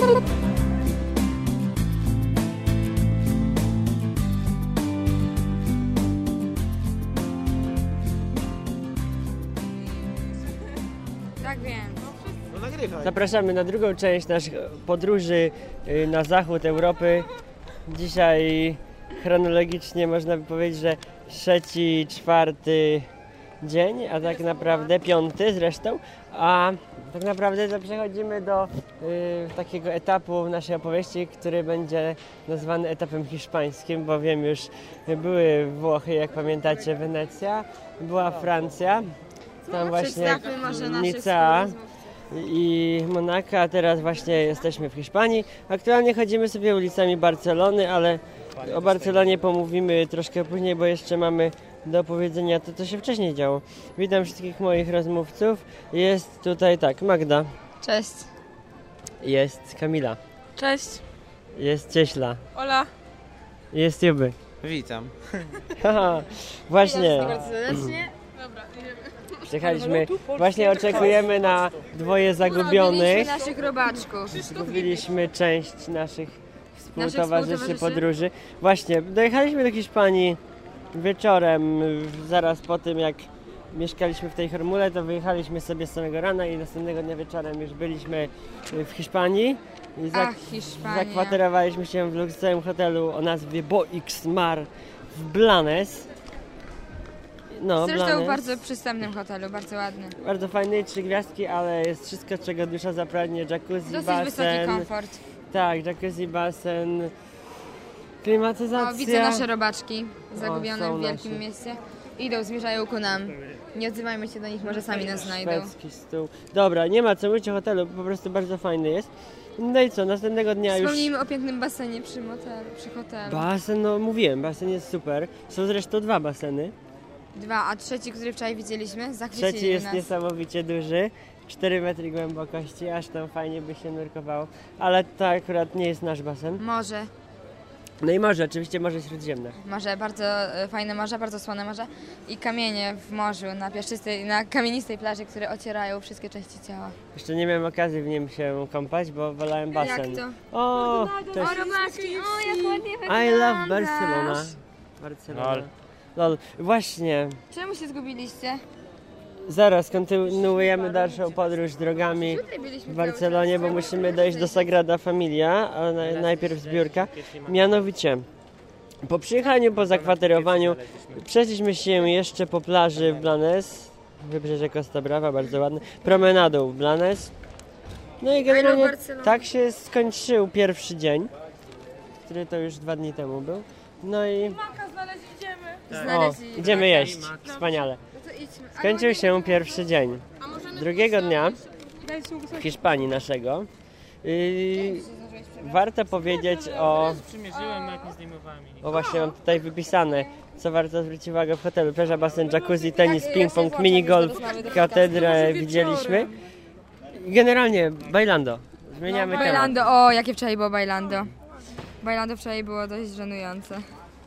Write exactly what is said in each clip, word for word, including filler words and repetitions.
Tak wiem. Zapraszamy na drugą część naszych podróży na zachód Europy. Dzisiaj chronologicznie można by powiedzieć, że trzeci, czwarty dzień, a tak naprawdę piąty zresztą, a tak naprawdę przechodzimy do y, takiego etapu naszej opowieści, który będzie nazwany etapem hiszpańskim, bowiem już były Włochy, jak pamiętacie, Wenecja, była Francja, tam właśnie Nicea i Monaka, a teraz właśnie jesteśmy w Hiszpanii. Aktualnie chodzimy sobie ulicami Barcelony, ale o Barcelonie pomówimy troszkę później, bo jeszcze mamy do opowiedzenia to, co się wcześniej działo. Witam wszystkich moich rozmówców. Jest tutaj tak, Magda. Cześć. Jest Kamila. Cześć. Jest Cieśla. Ola. Jest Juby. Witam. Haha, właśnie. Bardzo serdecznie. Dobra, Przyjechaliśmy, właśnie oczekujemy na dwoje zagubionych. naszych robaczków. Zgubiliśmy część naszych współtowarzyszy podróży. Właśnie, dojechaliśmy do Hiszpanii wieczorem, zaraz po tym jak mieszkaliśmy w tej formule, to wyjechaliśmy sobie z samego rana i następnego dnia wieczorem już byliśmy w Hiszpanii. I zak- Ach, Hiszpania. zakwaterowaliśmy się w luksusowym hotelu o nazwie Boix Mar w Blanes. No, Zresztą Blanes. w bardzo przystępnym hotelu, bardzo ładny. Bardzo fajny, trzy gwiazdki, ale jest wszystko, czego dusza zapragnie. Jacuzzi, Dosyć basen. wysoki komfort. Tak, jacuzzi, basen, klimatyzacja. O, widzę nasze robaczki zagubione O, w wielkim nasze. mieście. Idą, zmierzają ku nam. Nie odzywajmy się do nich, może sami nas znajdą. Szwedzki stół. Dobra, nie ma co mówić o hotelu, po prostu bardzo fajny jest. No i co, następnego dnia już... Wspomnijmy o pięknym basenie przy motelu, przy hotelu. Basen, no mówiłem, basen jest super. Są zresztą dwa baseny. Dwa, a trzeci, który wczoraj widzieliśmy, zachwycili Trzeci jest nas. niesamowicie duży. cztery metry głębokości, aż tam fajnie by się nurkowało. Ale to akurat nie jest nasz basen. Morze. No i morze, oczywiście Morze Śródziemne. Morze, bardzo e, fajne morze, bardzo słone morze i kamienie w morzu, na piaszczystej, na kamienistej plaży, które ocierają wszystkie części ciała. Jeszcze nie miałem okazji w nim się kąpać, bo wolałem basen. Jak to? O, to O, jest... robaczki, o, jak ładnie wyglądasz. I love Barcelona. Barcelona. Lol. Lol. Właśnie, Czemu się zgubiliście? zaraz kontynuujemy dalszą podróż drogami Tutaj byliśmy w Barcelonie, bo musimy dojść do Sagrada Familia, a na, najpierw zbiórka. Mianowicie, po przyjechaniu, po zakwaterowaniu, przeszliśmy się jeszcze po plaży w Blanes, wybrzeże Costa Brava, bardzo ładne, promenadą w Blanes. No i generalnie tak się skończył pierwszy dzień, który to już dwa dni temu był. No i Maka znaleźliśmy. o, Znaleźli. idziemy jeść, wspaniale. No to idźmy. Skończył się pierwszy dzień. Drugiego dnia w Hiszpanii naszego. Yy, warto powiedzieć o, Przymierzyłem, jak nie zdejmowałem. o właśnie mam tutaj wypisane, co warto zwrócić uwagę w hotelu. Plaża, basen, jacuzzi, tenis, ping-pong, minigolf, katedrę widzieliśmy. Generalnie bailando. Zmieniamy temat. Bailando, o, jakie wczoraj było bailando. Bailando wczoraj było dość żenujące.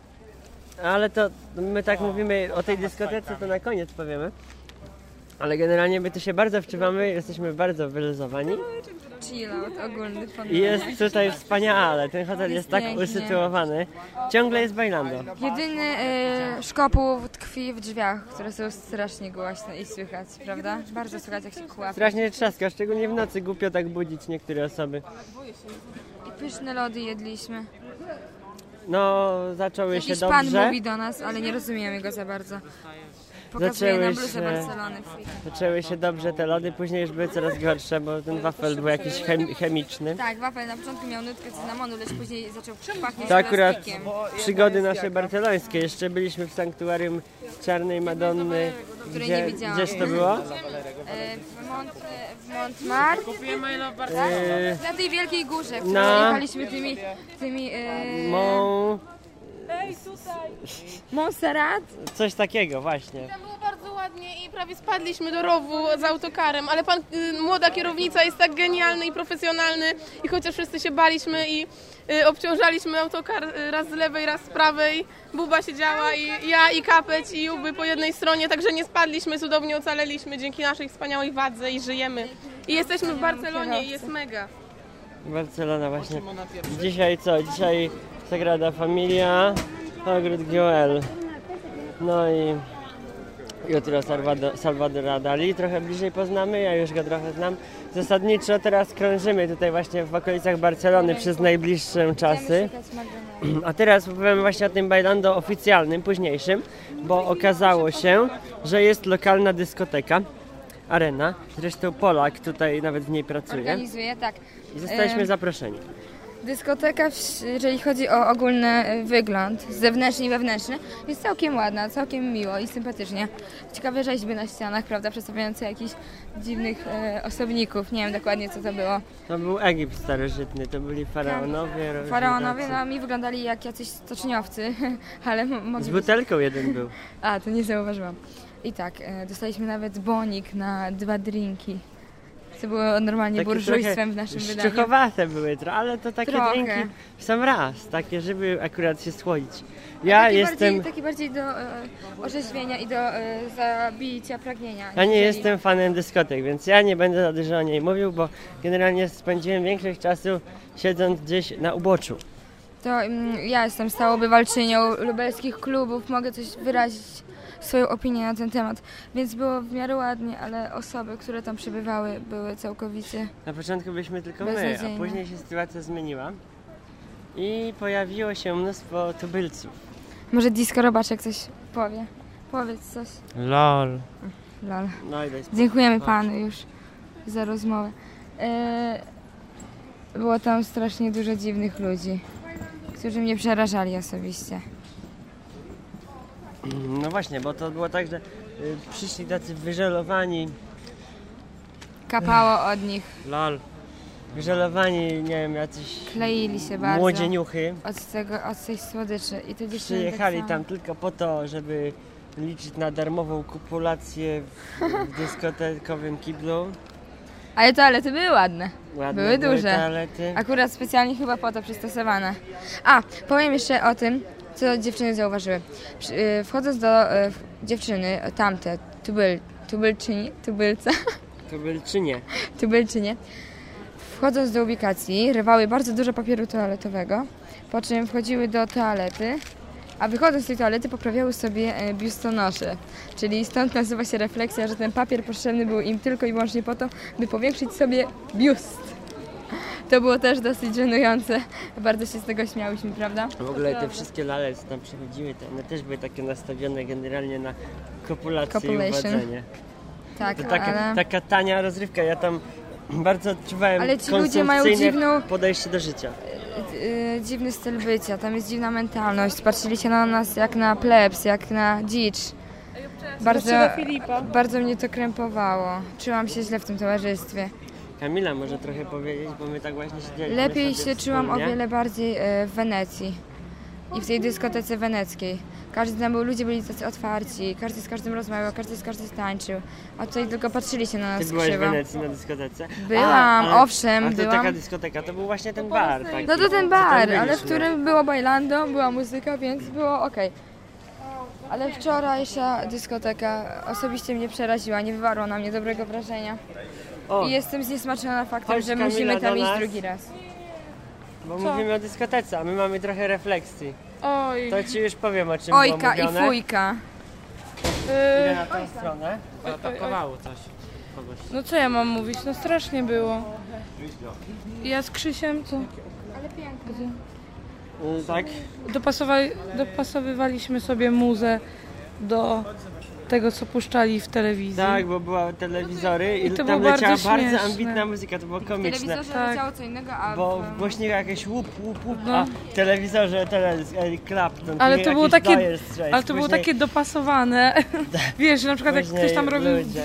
Ale to my tak mówimy o tej dyskotece, to na koniec powiemy. Ale generalnie my tu się bardzo wczuwamy, jesteśmy bardzo wyluzowani. Chill out, ogólny fun. I jest tutaj wspaniale, ten hotel jest tak pięknie. usytuowany. Ciągle jest bailando. Jedyny y, szkopuł tkwi w drzwiach, które są strasznie głośne i słychać, prawda? Bardzo słychać, jak się kłapie. Strasznie trzaska, szczególnie w nocy, głupio tak budzić niektóre osoby. I pyszne lody jedliśmy. No, zaczęły się Jakiś pan dobrze. mówi do nas, ale nie rozumiemy go za bardzo. Pokazuje Zaczęły nam bluzę się- Barcelony. Zaczęły się dobrze te lody, później już były coraz gorsze, bo ten wafel był jakiś chem- chemiczny. Tak, wafel na początku miał nutkę cynamonu, lecz później zaczął pachnieć To akurat plastikiem. przygody nasze barcelońskie. Jeszcze byliśmy w sanktuarium Czarnej Madonny. Której nie Gdzie, widziałam. gdzież to było? E, W, Mont, w Montmartre, Yy, na tej wielkiej górze, w którą Na- jechaliśmy tymi, tymi e, Mont... Ej, tutaj. Montserrat. Coś takiego właśnie. Tam było bardzo ładnie i prawie spadliśmy do rowu z autokarem, ale pan, y, młoda kierownica jest tak genialny i profesjonalny i chociaż wszyscy się baliśmy i y, obciążaliśmy autokar y, raz z lewej, raz z prawej, Buba siedziała i ja i Kapeć i Juby po jednej stronie, także nie spadliśmy, cudownie ocaleliśmy dzięki naszej wspaniałej wadze i żyjemy. I jesteśmy w Barcelonie i jest mega. Barcelona właśnie. Dzisiaj co? Dzisiaj Sagrada Familia, Ogród Güell. No i jutro Salvador, Salvadora Dali. Trochę bliżej poznamy, ja już go trochę znam. Zasadniczo teraz krążymy tutaj właśnie w okolicach Barcelony przez najbliższe czasy. A teraz powiem właśnie o tym Bailando oficjalnym, późniejszym, bo okazało się, że jest lokalna dyskoteka, Arena. Zresztą Polak tutaj nawet w niej pracuje. Organizuje, tak. I zostaliśmy Em, zaproszeni. Dyskoteka, w- jeżeli chodzi o ogólny e, wygląd, zewnętrzny i wewnętrzny, jest całkiem ładna, całkiem miło i sympatycznie. Ciekawe rzeźby na ścianach, prawda, przedstawiające jakichś dziwnych e, osobników. Nie wiem dokładnie, co to było. To był Egipt starożytny, to byli faraonowie. różni Faraonowie, tacy. no mi wyglądali jak jacyś stoczniowcy, ale m- mogli Z być... butelką jeden był. A, to nie zauważyłam. I tak, e, dostaliśmy nawet bonik na dwa drinki. To było normalnie Takie burżujstwem trochę w naszym wydaniu. szczuchowate były, tro- ale to takie Trochę. drinki w sam raz, takie, żeby akurat się słodzić. Ja Taki jestem, bardziej, taki bardziej do e, orzeźwienia i do e, zabicia pragnienia. ja nie aniżeli- jestem fanem dyskotek, więc ja nie będę za dużo o niej mówił, bo generalnie spędziłem większość czasu siedząc gdzieś na uboczu. To mm, ja jestem stałą bywalczynią lubelskich klubów, mogę coś wyrazić swoją opinię na ten temat. Więc było w miarę ładnie, ale osoby, które tam przebywały, były całkowicie... Na początku byliśmy tylko my, a Beznadziejne. później się sytuacja zmieniła i pojawiło się mnóstwo tubylców. Może Disco Robaczek coś powie. Powiedz coś. Lol. Lol. No i daj spokój. Dziękujemy panu już za rozmowę. E, było tam strasznie dużo dziwnych ludzi, którzy mnie przerażali osobiście. No właśnie, bo to było tak, że y, przyszli tacy wyżelowani, Kapało od nich, lol, wyżelowani, nie wiem, jacyś kleili się bardzo młodzieniuchy. od, tego, od tej słodyczy. I te dziewczyny Przyjechali tak tam samo. tylko po to, żeby liczyć na darmową kopulację w, w dyskotekowym kiblu. Ale toalety były ładne. Ładne Były duże. toalety. Akurat specjalnie chyba po to przystosowane. A, powiem jeszcze o tym, co dziewczyny zauważyły. Przy- y, Wchodząc do y, dziewczyny, tamte, tubyl, tubylczyni, tubylca, Tubylczynie. tubylczynie, wchodząc do ubikacji, rywały bardzo dużo papieru toaletowego, po czym wchodziły do toalety, a wychodząc z tej toalety poprawiały sobie e, biustonosze. Czyli stąd nazywa się refleksja, że ten papier potrzebny był im tylko i wyłącznie po to, by powiększyć sobie biust. To było też dosyć żenujące. Bardzo się z tego śmiałyśmy, prawda? W ogóle te wszystkie lale, co tam przychodziły, to one też były takie nastawione generalnie na kopulację i Copulation. uwadzenie. Tak, To taka, ale... taka tania rozrywka, ja tam bardzo odczuwałem Ale ci ludzie mają konsumpcyjne dziwną- podejście do życia. y, dziwny styl bycia, tam jest dziwna mentalność. Patrzyli się na nas jak na plebs, jak na dzicz. Bardzo, Filipa. bardzo mnie to krępowało. Czułam się źle w tym towarzystwie. Kamila może trochę powiedzieć, bo my tak właśnie siedzieliśmy Lepiej sobie się czułam o wspólnie. wiele bardziej e, w Wenecji i w tej dyskotece weneckiej. Każdy tam był, ludzie byli tacy otwarci, każdy z każdym rozmawiał, każdy z każdym tańczył. A tutaj tylko patrzyli się na Ty nas byłaś w krzywo. Wenecji na dyskotece? Byłam, ale- owszem, a to byłam. taka dyskoteka, to był właśnie ten bar. Taki, No to ten co tam bar, ale w byliśmy. którym było bailando, była muzyka, więc było okej. Ale wczorajsza dyskoteka osobiście mnie przeraziła, nie wywarła na mnie dobrego wrażenia. O, I jestem zniesmaczona faktem, Chodź, że Kamila, musimy do tam iść nas. drugi raz. bo mówimy o dyskotece, a my mamy trochę refleksji. Oj. To ci już powiem, o czym Ojka było i mówione. fujka. Idę Yy, na tą stronę. Zaatakowało coś. Kogoś. No co ja mam mówić? No strasznie było. Ja z Krzysiem co? Y, Tak? Dopasowali, dopasowywaliśmy sobie muzę do tego, co puszczali w telewizji. Tak, bo były telewizory i, I to tam było leciała bardzo bardzo śmieszne. ambitna muzyka, to było W komiczne. telewizorze Tak. leciało co innego, a Bo w, w głośnikach jakieś łup, łup, łup, No. a w telewizorze tele, Eric Clapton. Ale tu to było jakiś takie- Dire Straits, Ale to było później- takie dopasowane. Wiesz, że na przykład jak później ktoś tam robił... ludzie,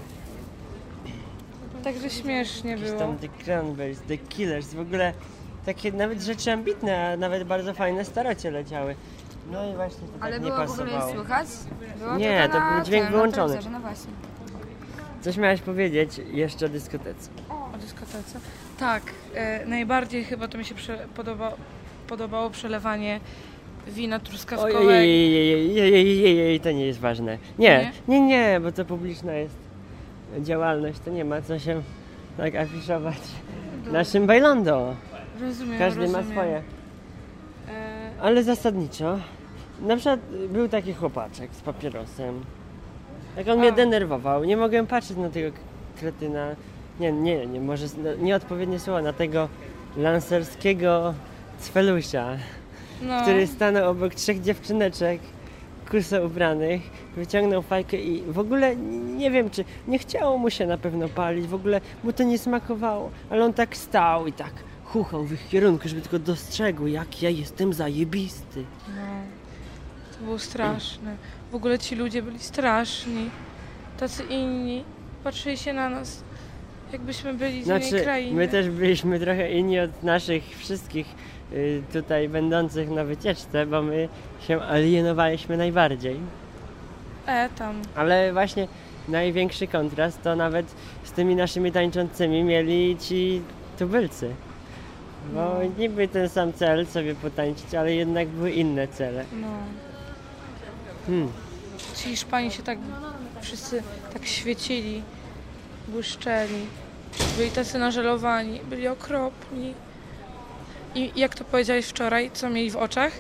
Także śmiesznie jakieś było. tam The Cranberries, The Killers, w ogóle takie nawet rzeczy ambitne, a nawet bardzo fajne starocie leciały. No i właśnie to Ale tak nie było w ogóle pasowało. słychać? Było Nie, tylko to na był dźwięk tym, na wyłączony. telewizorze, No właśnie. Coś miałeś powiedzieć jeszcze o dyskotece. O dyskotece. Tak, e, najbardziej chyba to mi się prze, podoba, podobało przelewanie wina truskawkowego. Ojej, to nie jest ważne. Nie, nie, nie, bo to publiczna jest działalność, to nie ma co się tak afiszować. naszym bailando. Rozumiem, Każdy rozumiem. ma swoje. E, Ale zasadniczo, na przykład był taki chłopaczek z papierosem. Jak on A. mnie denerwował, nie mogłem patrzeć na tego kretyna. Nie, nie, nie, może z- nieodpowiednie słowo, na tego lancerskiego cwelusia, no. który stanął obok trzech dziewczyneczek kuso ubranych, wyciągnął fajkę i w ogóle nie wiem, czy nie chciało mu się na pewno palić, w ogóle mu to nie smakowało, ale on tak stał i tak chuchał w ich kierunku, żeby tylko dostrzegł, jak ja jestem zajebisty. No. To było straszne. W ogóle ci ludzie byli straszni. Tacy inni. Patrzyli się na nas, jakbyśmy byli z innej Znaczy, krainy. my też byliśmy trochę inni od naszych wszystkich y, tutaj będących na wycieczce, bo my się alienowaliśmy najbardziej. E, tam. Ale właśnie największy kontrast to nawet z tymi naszymi tańczącymi mieli ci tubylcy. Bo No. niby ten sam cel sobie potańczyć, ale jednak były inne cele. No. Hmm. Ci Hiszpanie się tak, wszyscy tak świecili, błyszczeli. Byli tacy nażelowani, byli okropni. I jak to powiedziałeś wczoraj, co mieli w oczach?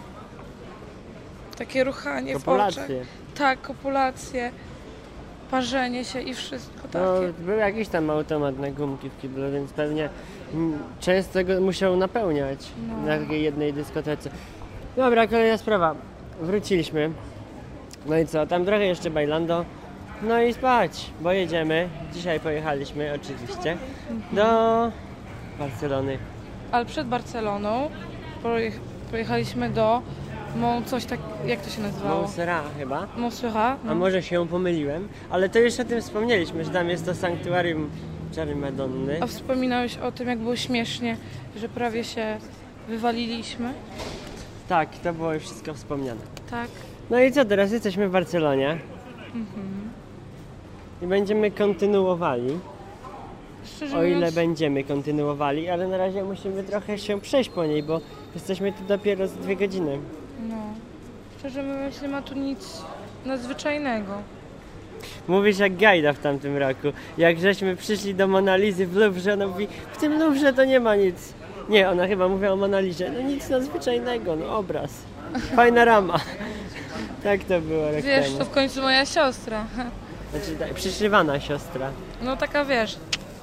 Takie ruchanie w oczach. Kopulacje. Tak, kopulacje, parzenie się i wszystko No, takie. był jakiś tam automat na gumki w kiblu, więc pewnie mm, często go musiał napełniać No. na takiej jednej dyskotece. Dobra, kolejna sprawa. Wróciliśmy. No i co, tam trochę jeszcze bailando. No i spać, bo jedziemy. Dzisiaj pojechaliśmy oczywiście do Barcelony. Ale przed Barceloną pojecha- pojechaliśmy do Mont, coś tak, jak to się nazywało? Montserrat chyba. Montserrat. A No. może się pomyliłem, ale to już o tym wspomnieliśmy, że tam jest to sanktuarium Czary Madonny. A wspominałeś o tym, jak było śmiesznie, że prawie się wywaliliśmy. Tak, to było już wszystko wspomniane. Tak. No i co, teraz jesteśmy w Barcelonie. Mhm. I będziemy kontynuowali, Szczerze o ile mówiąc, będziemy kontynuowali, ale na razie musimy trochę się przejść po niej, bo jesteśmy tu dopiero z dwie godziny. no. Szczerze mówiąc, nie ma tu nic nadzwyczajnego. Mówisz jak Gajda w tamtym roku. Jak żeśmy przyszli do Monalizy w Louvre, ona mówi, w tym Louvre to nie ma nic. Nie, ona chyba mówiła o Monalizie. No nic nadzwyczajnego, no obraz. Fajna rama. Tak to było rok Wiesz, temu. to w końcu moja siostra. Znaczy, tak, przyszywana siostra. No taka wiesz.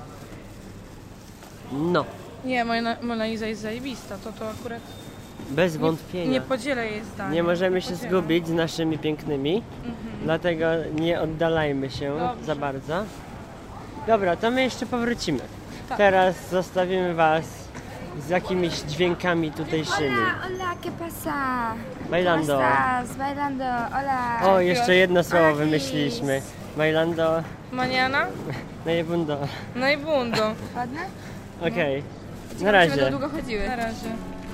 No, Nie, Mona, Mona Lisa jest zajebista, to to akurat bez nie, wątpienia. nie podzielę jej zdania. Nie możemy się podzielę. zgubić z naszymi pięknymi, Mhm. dlatego nie oddalajmy się Dobrze. za bardzo. Dobra, to my jeszcze powrócimy. Tak. Teraz zostawimy was z jakimiś dźwiękami tutejszymi. Hola, ¿qué pasa? Bailando. ¿Cómo estás? Bailando, hola. O, jeszcze jedno słowo Hola, wymyśliliśmy. Bailando, Maniana? no i bundo. No i bundo. Ładne? Okej, na Będziemy razie. długo chodziły. Na razie.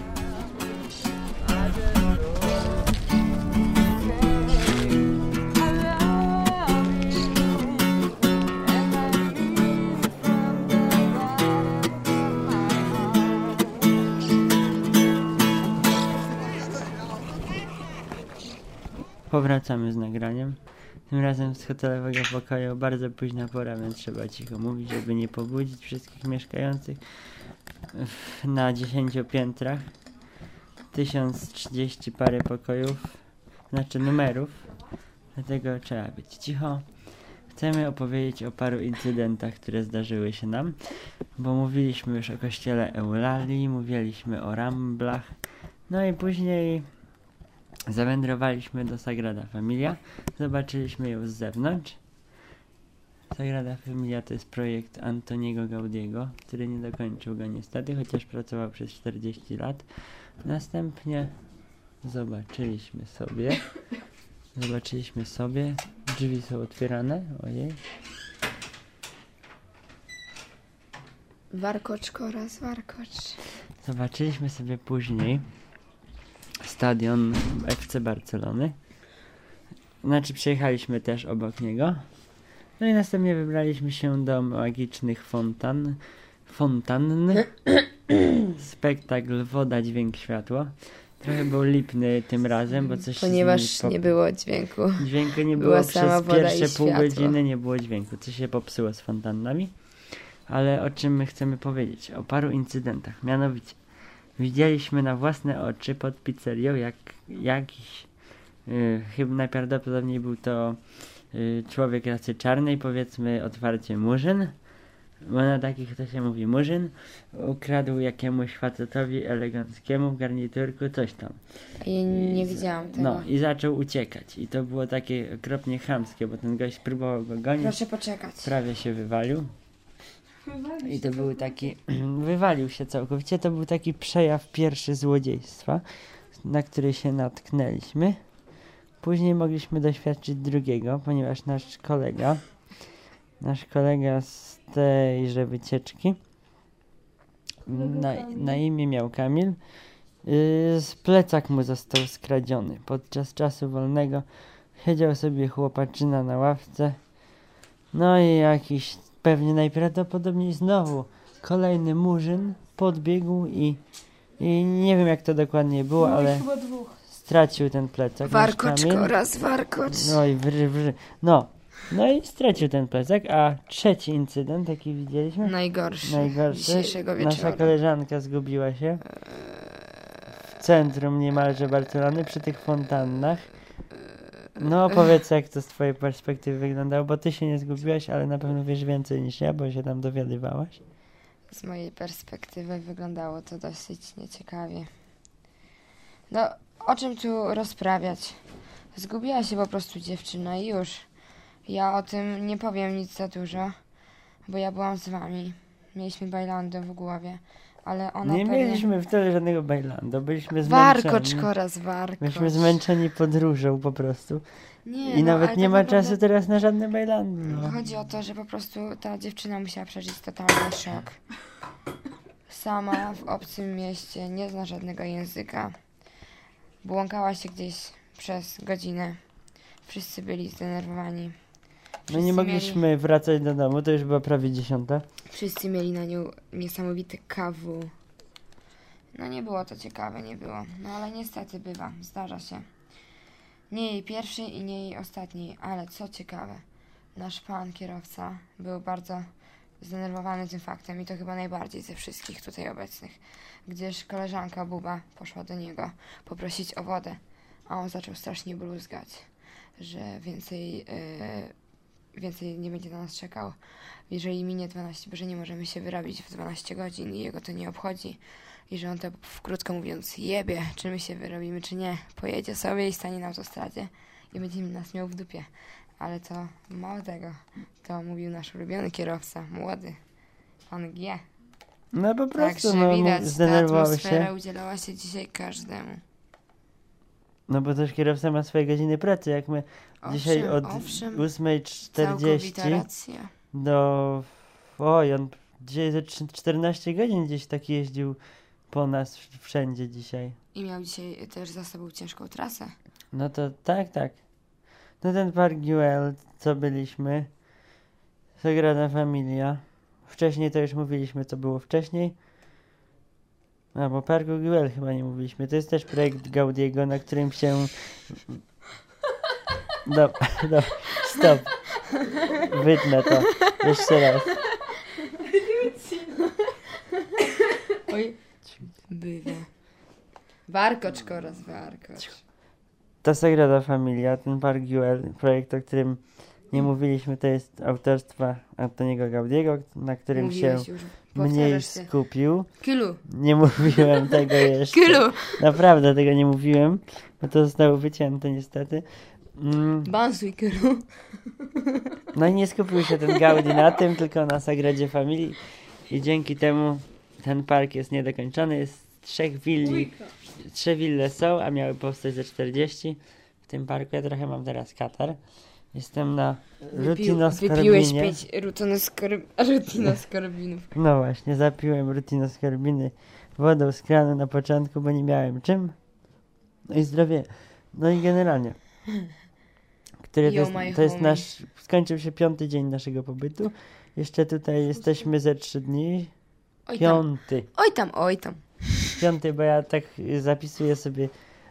Powracamy z nagraniem. Tym razem z hotelowego pokoju. Bardzo późna pora, więc trzeba cicho mówić, żeby nie pobudzić wszystkich mieszkających w, na dziesięciu piętrach. tysiąc trzydzieści parę pokojów, znaczy numerów. Dlatego trzeba być cicho. Chcemy opowiedzieć o paru incydentach, które zdarzyły się nam, bo mówiliśmy już o kościele Eulalii, mówiliśmy o Ramblach, no i później zawędrowaliśmy do Sagrada Familia, zobaczyliśmy ją z zewnątrz. Sagrada Familia to jest projekt Antoniego Gaudiego, który nie dokończył go niestety, chociaż pracował przez czterdzieści lat. Następnie zobaczyliśmy sobie, zobaczyliśmy sobie, drzwi są otwierane, ojej. Warkocz oraz warkocz. Zobaczyliśmy sobie później stadion F C Barcelony. Znaczy przejechaliśmy też obok niego. No i następnie wybraliśmy się do magicznych fontan. Fontann. Spektakl woda, dźwięk, światło. Trochę był lipny tym razem, bo coś Ponieważ się z nimi nie było dźwięku. Dźwięku nie była było sama przez woda i pierwsze pół światło. godziny, nie było dźwięku. Coś się popsuło z fontannami. Ale o czym my chcemy powiedzieć? O paru incydentach. Mianowicie, widzieliśmy na własne oczy pod pizzerią, jak jakiś, yy, chyba najprawdopodobniej był to yy, człowiek rasy czarnej, powiedzmy otwarcie murzyn, bo na takich to się mówi murzyn, ukradł jakiemuś facetowi eleganckiemu w garniturku coś tam. Ja nie widziałam tego. No i zaczął uciekać. I to było takie okropnie chamskie, bo ten gość próbował go gonić. Proszę poczekać. Prawie się wywalił. I to był taki, wywalił się całkowicie, to był taki przejaw pierwszy złodziejstwa, na który się natknęliśmy. Później mogliśmy doświadczyć drugiego, ponieważ nasz kolega, nasz kolega z tejże wycieczki, na, na imię miał Kamil, yy, z plecak mu został skradziony. Podczas czasu wolnego siedział sobie chłopaczyna na ławce, no i jakiś pewnie najprawdopodobniej znowu kolejny murzyn podbiegł i, i nie wiem jak to dokładnie było, ale stracił ten plecak. Warkoczko, raz warkocz. No i wry, wry. No. No i stracił ten plecak, a trzeci incydent, jaki widzieliśmy? Najgorszy, Najgorszy. dzisiejszego Nasza wieczoru. koleżanka zgubiła się w centrum niemalże Barcelony, przy tych fontannach. No opowiedz, jak to z twojej perspektywy wyglądało, bo ty się nie zgubiłaś, ale na pewno wiesz więcej niż ja, bo się tam dowiadywałaś. Z mojej perspektywy wyglądało to dosyć nieciekawie. No, o czym tu rozprawiać? Zgubiła się po prostu dziewczyna i już. Ja o tym nie powiem nic za dużo, bo ja byłam z wami. Mieliśmy bajlandę w głowie, ale ona Nie pewnie... mieliśmy wtedy żadnego bajlandu, byliśmy zmęczeni. Warkoczko raz warkocz. Byliśmy zmęczeni podróżą po prostu. Nie, I no, nawet ale nie tak ma naprawdę czasu teraz na żadne bajlandy. No. Chodzi o to, że po prostu ta dziewczyna musiała przeżyć totalny szok. Sama w obcym mieście, nie zna żadnego języka. Błąkała się gdzieś przez godzinę. Wszyscy byli zdenerwowani. No nie Wszyscy mogliśmy mieli, wracać do domu, to już była prawie dziesiąta. wszyscy mieli na nią niesamowite kawu. No nie było to ciekawe, nie było. No ale niestety bywa, zdarza się. Nie jej pierwszy i nie jej ostatni, ale co ciekawe, nasz pan kierowca był bardzo zdenerwowany tym faktem i to chyba najbardziej ze wszystkich tutaj obecnych, gdyż koleżanka Buba poszła do niego poprosić o wodę, a on zaczął strasznie bluzgać, że więcej, yy, więcej nie będzie na nas czekał. Jeżeli minie dwanaście, bo że nie możemy się wyrobić w dwanaście godzin i jego to nie obchodzi. I że on to, krótko mówiąc, jebie, czy my się wyrobimy, czy nie. Pojedzie sobie i stanie na autostradzie i będzie nas miał w dupie. Ale to mało tego. To mówił nasz ulubiony kierowca, młody, pan G. No po prostu Także no, widać, ta zdenerwował atmosfera się. udzielała się dzisiaj każdemu. No bo też kierowca ma swoje godziny pracy, jak my Owszem, dzisiaj od owszem, ósmej czterdzieści całkowita racja. do... Oj, on dzisiaj ze czternaście godzin gdzieś tak jeździł po nas wszędzie dzisiaj. I miał dzisiaj też za sobą ciężką trasę. No to tak, tak. No ten Park Güell, co byliśmy, Sagrada Familia. Wcześniej to już mówiliśmy, co było wcześniej. A, bo Parku Güell chyba nie mówiliśmy. To jest też projekt Gaudiego, na którym się... Do, do, stop. Wytnę to. Jeszcze raz. Oj, bywa. Warkoczko raz warkocz. Ta Sagrada Familia, ten Park Güell, projekt, o którym nie mówiliśmy, to jest autorstwa Antoniego Gaudiego, na którym Mówiłeś się już, mniej powtarzasz się. skupił. Kylu, Nie mówiłem tego jeszcze. Kylu. Naprawdę tego nie mówiłem, bo to zostało wycięte niestety. Mm, Bansuj, Kylu. no i nie skupił się ten Gaudi na tym, tylko na Sagradzie Familii i dzięki temu ten park jest niedokończony. Jest trzech willi, trzy wille są, a miały powstać ze czterdzieści w tym parku. Ja trochę mam teraz katar. Jestem na rutinoskorbiny. Wypiłeś pięć rutinoskorbinów. No właśnie, zapiłem rutinoskorbiny wodą z kranu na początku, bo nie miałem czym. No i zdrowie. No i generalnie. Który to Yo, jest, my to jest homie. nasz, skończył się piąty dzień naszego pobytu. Jeszcze tutaj jesteśmy ze trzy dni. Oj tam, Piąty. oj tam, oj tam. Piąty, bo ja tak y, zapisuję sobie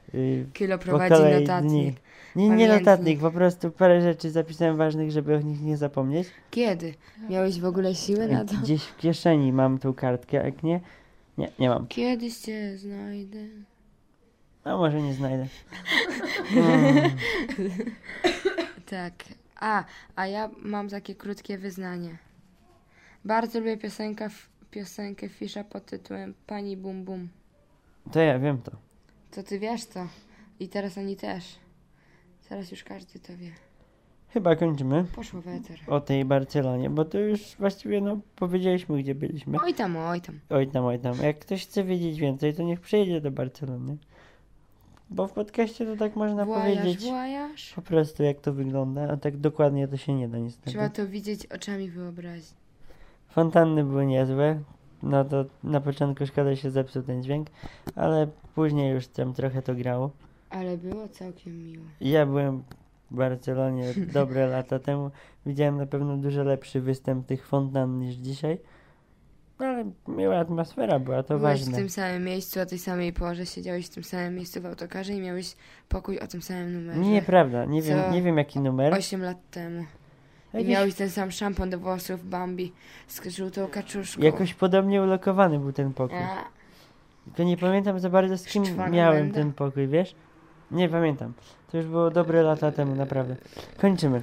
y, Kilo po prowadzi kolei notatnik. dni. Nie, nie Pamiętnik. notatnik, po prostu parę rzeczy zapisałem ważnych, żeby o nich nie zapomnieć. Kiedy? Miałeś w ogóle siłę na to? Gdzieś w kieszeni mam tą kartkę, a jak nie, nie, nie mam. Kiedyś cię znajdę. No może nie znajdę. Mm. Tak. A, a ja mam takie krótkie wyznanie. Bardzo lubię piosenkę, piosenkę Fisza pod tytułem Pani Bum Bum. To ja wiem to. To ty wiesz to. I teraz oni też. Teraz już każdy to wie. Chyba kończymy Poszło w eter. o tej Barcelonie, bo to już właściwie no powiedzieliśmy, gdzie byliśmy. Oj tam, oj tam. Oj tam, oj tam. Jak ktoś chce wiedzieć więcej, to niech przyjedzie do Barcelony. Bo w podcaście to tak można Włajasz, powiedzieć włajasz. po prostu jak to wygląda, a tak dokładnie to się nie da niestety. Trzeba to widzieć oczami wyobraźni. Fontanny były niezłe. No to na początku szkoda się zepsuł ten dźwięk, ale później już tam trochę to grało. Ale było całkiem miło. Ja byłem w Barcelonie dobre lata temu. Widziałem na pewno dużo lepszy występ tych fontan niż dzisiaj. No ale miła atmosfera była, to Byłeś w ważne. tym samym miejscu o tej samej porze, siedziałeś w tym samym miejscu w autokarze i miałeś pokój o tym samym numerze. Nieprawda, nie wiem, Co? nie wiem jaki numer. Osiem lat temu. I Jakiś, miałeś ten sam szampon do włosów Bambi z żółtą kaczuszką. jakoś podobnie ulokowany był ten pokój. A, Tylko nie pamiętam za bardzo z kim Szczwana miałem Menda? ten pokój, wiesz? Nie pamiętam. To już było dobre lata temu, naprawdę. Kończymy.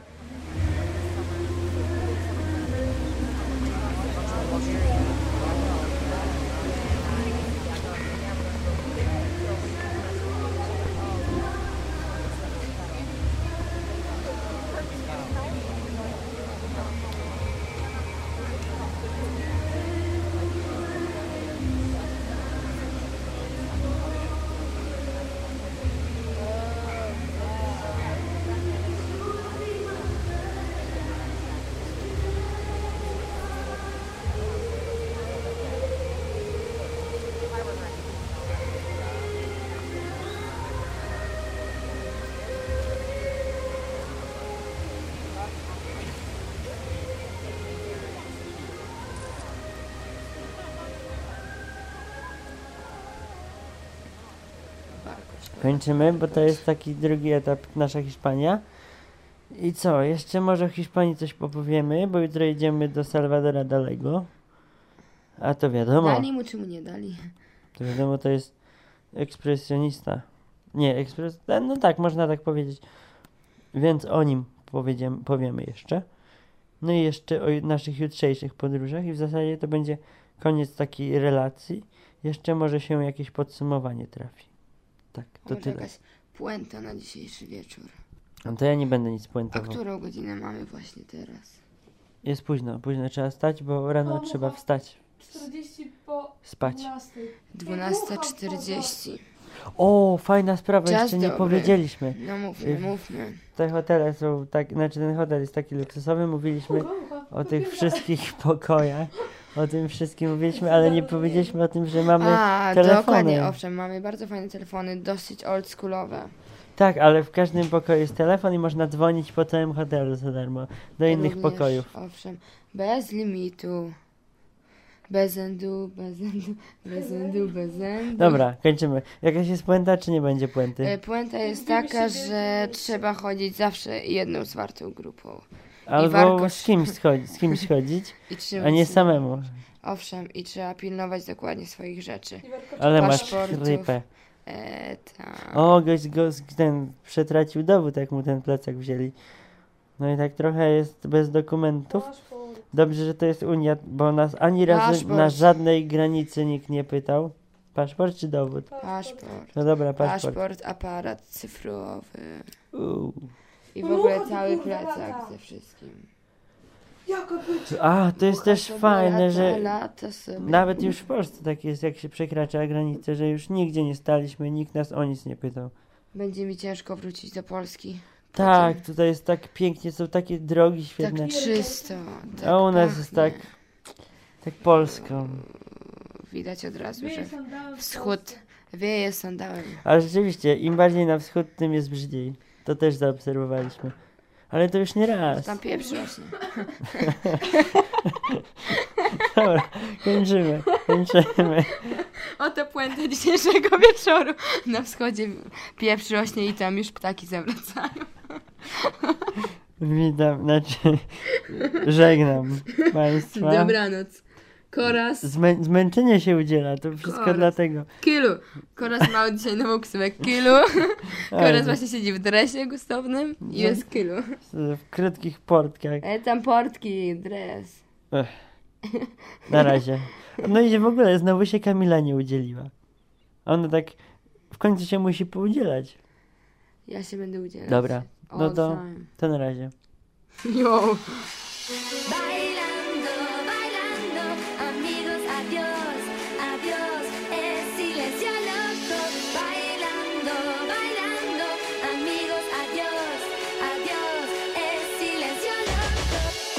Kończymy, bo to jest taki drugi etap, nasza Hiszpania. I co, jeszcze może o Hiszpanii coś opowiemy, bo jutro jedziemy do Salvadora Dalego. A to wiadomo, dali mu czy mu nie dali? to wiadomo, to jest ekspresjonista. Nie, ekspres... no tak, można tak powiedzieć. Więc o nim powiedziemy, powiemy jeszcze. No i jeszcze o naszych jutrzejszych podróżach i w zasadzie to będzie koniec takiej relacji. Jeszcze może się jakieś podsumowanie trafi. Tak, to Może tyle. jakaś puenta na dzisiejszy wieczór. No to ja nie będę nic A puentował. którą godzinę mamy właśnie teraz? Jest późno, późno trzeba stać, bo rano trzeba wstać. czterdzieści po Spać. dwunasta czterdzieści. O, fajna sprawa, Czas jeszcze nie dobry. powiedzieliśmy. No mówmy, Y- mówmy. Te hotele są tak, znaczy ten hotel jest taki luksusowy, mówiliśmy o tych wszystkich pokojach, o tym wszystkim mówiliśmy, ale nie powiedzieliśmy o tym, że mamy A, telefony. dokładnie, owszem, mamy bardzo fajne telefony, dosyć oldschoolowe. Tak, ale w każdym pokoju jest telefon i można dzwonić po całym hotelu za darmo, do innych Również, pokojów. Owszem, bez limitu. Bez endu, bez endu, bez endu, bez endu. Dobra, kończymy. Jakaś jest puenta, czy nie będzie puenty? E, Puenta jest taka, że trzeba chodzić zawsze jedną zwartą grupą. Albo warkosz- z kimś, schodzi, z kimś chodzić, I trzymać a nie się- samemu. Owszem, i trzeba pilnować dokładnie swoich rzeczy. Ale masz Paszportów. chrypę. E, ta. O, gość go, ten przetracił dowód, jak mu ten plecak wzięli. No i tak trochę jest bez dokumentów. Dobrze, że to jest Unia, bo nas ani razu Paszport. na żadnej granicy nikt nie pytał. Paszport czy dowód? Paszport. No dobra, paszport. Paszport, aparat cyfrowy. Uuu. I w ogóle cały plecak ze wszystkim. A, to jest też Sobie fajne, lata, że lata sobie. nawet już w Polsce tak jest, jak się przekracza granicę, że już nigdzie nie staliśmy, nikt nas o nic nie pytał. Będzie mi ciężko wrócić do Polski. Tak, tutaj jest tak pięknie, są takie drogi świetne. Tak czysto. Tak A u nas jest pachnie. tak, tak polsko. Widać od razu, że wschód wieje sandałem. Ale rzeczywiście, im bardziej na wschód, tym jest brzydziej. To też zaobserwowaliśmy. Ale to już nie raz. Tam pieprz rośnie. Dobra, kończymy, kończymy. Oto puenta dzisiejszego wieczoru. Na wschodzie pieprz rośnie i tam już ptaki zawracają. Witam, znaczy żegnam Państwa. Dobranoc. Koraz. Zmę- zmęczenie się udziela, to wszystko Koraz. dlatego. Kilu. Koraz ma dzisiaj nową ksywę Kilu. Koraz właśnie siedzi w dresie gustownym i jest Kilu. W krótkich portkach. E, tam portki, dres. Ech. Na razie. No i w ogóle znowu się Kamila nie udzieliła. Ona tak w końcu się musi poudzielać. Ja się będę udzielać. Dobra, no All to, time. to na razie. Jo. Bailando, bailando, amigos, adiós, adiós, es silencio loco. Bailando, bailando, amigos, adiós, adiós, es silencio loco.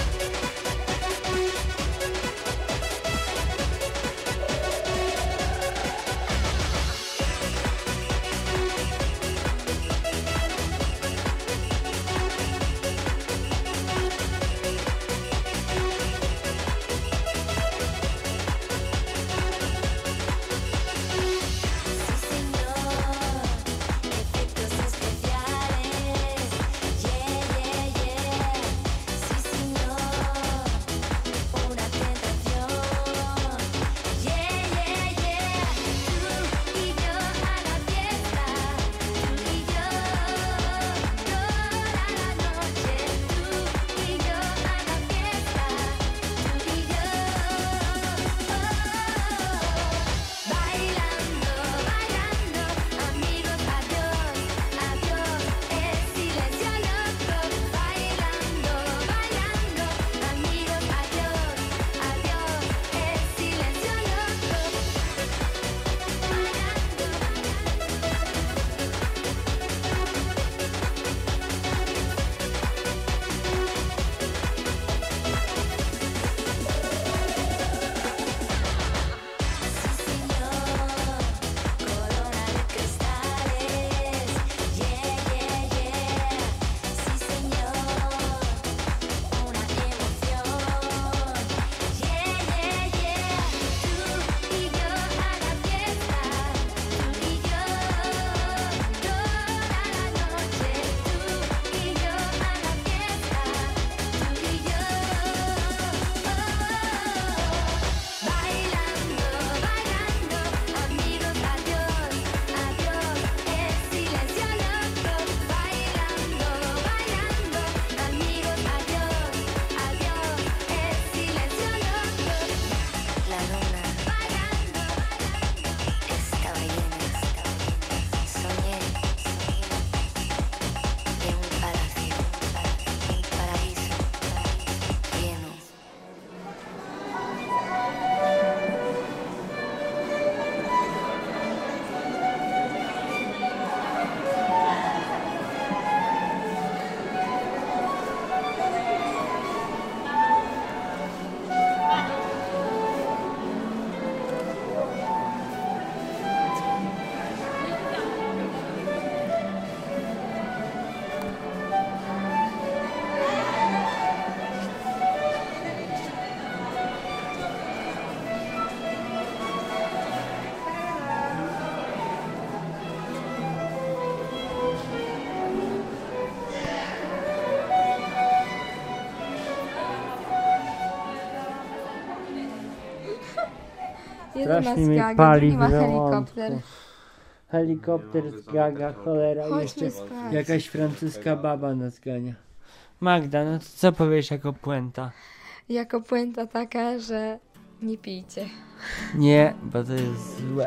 Jeden ma Strasznie mnie skagę, pali drugi ma w helikopter. żołądku. Helikopter zgaga, cholera, Chodźmy jeszcze spać. jakaś francuska baba nas gania. Magda, no to co powiesz jako puenta? Jako puenta taka, że nie pijcie. Nie, bo to jest złe.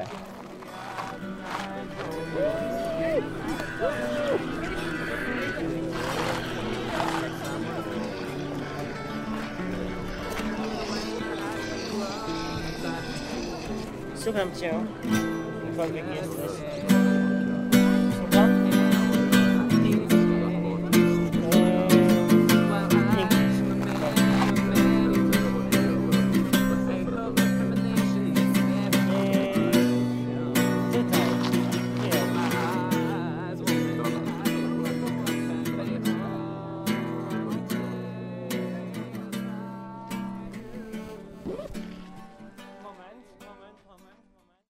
Słucham cię, gdziekolwiek jesteś.